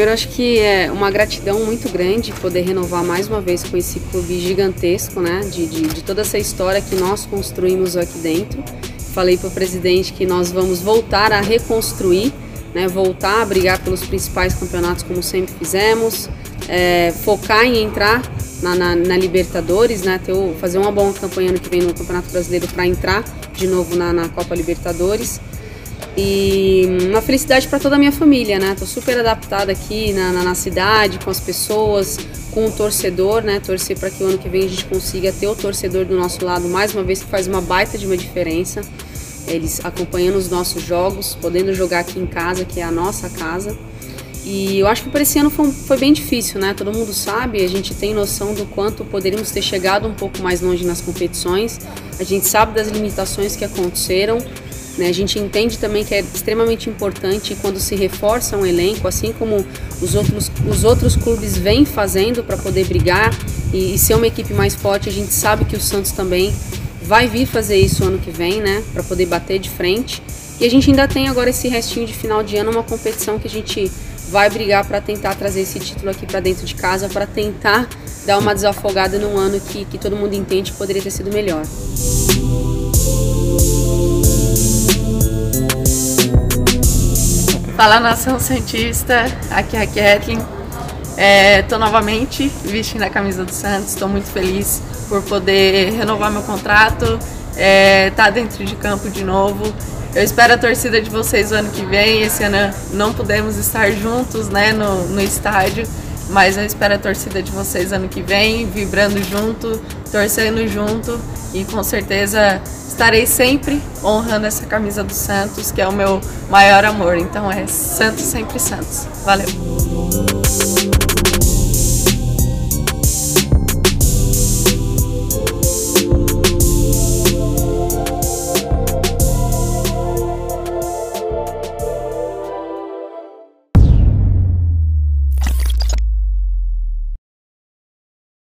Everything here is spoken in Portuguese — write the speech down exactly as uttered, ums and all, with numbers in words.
primeiro acho que é uma gratidão muito grande poder renovar mais uma vez com esse clube gigantesco, né, de, de, de toda essa história que nós construímos aqui dentro. Falei para o presidente que nós vamos voltar a reconstruir, né, voltar a brigar pelos principais campeonatos como sempre fizemos, é, focar em entrar na, na, na Libertadores, né, ter, fazer uma boa campanha no que vem no Campeonato Brasileiro para entrar de novo na, na Copa Libertadores. E uma felicidade para toda a minha família, né? Tô super adaptada aqui na, na, na cidade, com as pessoas, com o torcedor, né? Torcer para que o ano que vem a gente consiga ter o torcedor do nosso lado mais uma vez, que faz uma baita de uma diferença. Eles acompanhando os nossos jogos, podendo jogar aqui em casa, que é a nossa casa. E eu acho que para esse ano foi, foi bem difícil, né? Todo mundo sabe, a gente tem noção do quanto poderíamos ter chegado um pouco mais longe nas competições. A gente sabe das limitações que aconteceram. A gente entende também que é extremamente importante quando se reforça um elenco, assim como os outros, os outros clubes vêm fazendo para poder brigar e, e ser uma equipe mais forte. A gente sabe que o Santos também vai vir fazer isso ano que vem, né, para poder bater de frente. E a gente ainda tem agora esse restinho de final de ano, uma competição que a gente vai brigar para tentar trazer esse título aqui para dentro de casa, para tentar dar uma desafogada num ano que, que todo mundo entende que poderia ter sido melhor. Fala, nação santista, aqui é a Kathleen. Estou é, novamente vestindo a camisa do Santos, estou muito feliz por poder renovar meu contrato, estar é, tá dentro de campo de novo. Eu espero a torcida de vocês o ano que vem. Esse ano não pudemos estar juntos, né, no, no estádio, mas eu espero a torcida de vocês ano que vem, vibrando junto, torcendo junto, e com certeza estarei sempre honrando essa camisa do Santos, que é o meu maior amor. Então é Santos, sempre Santos. Valeu!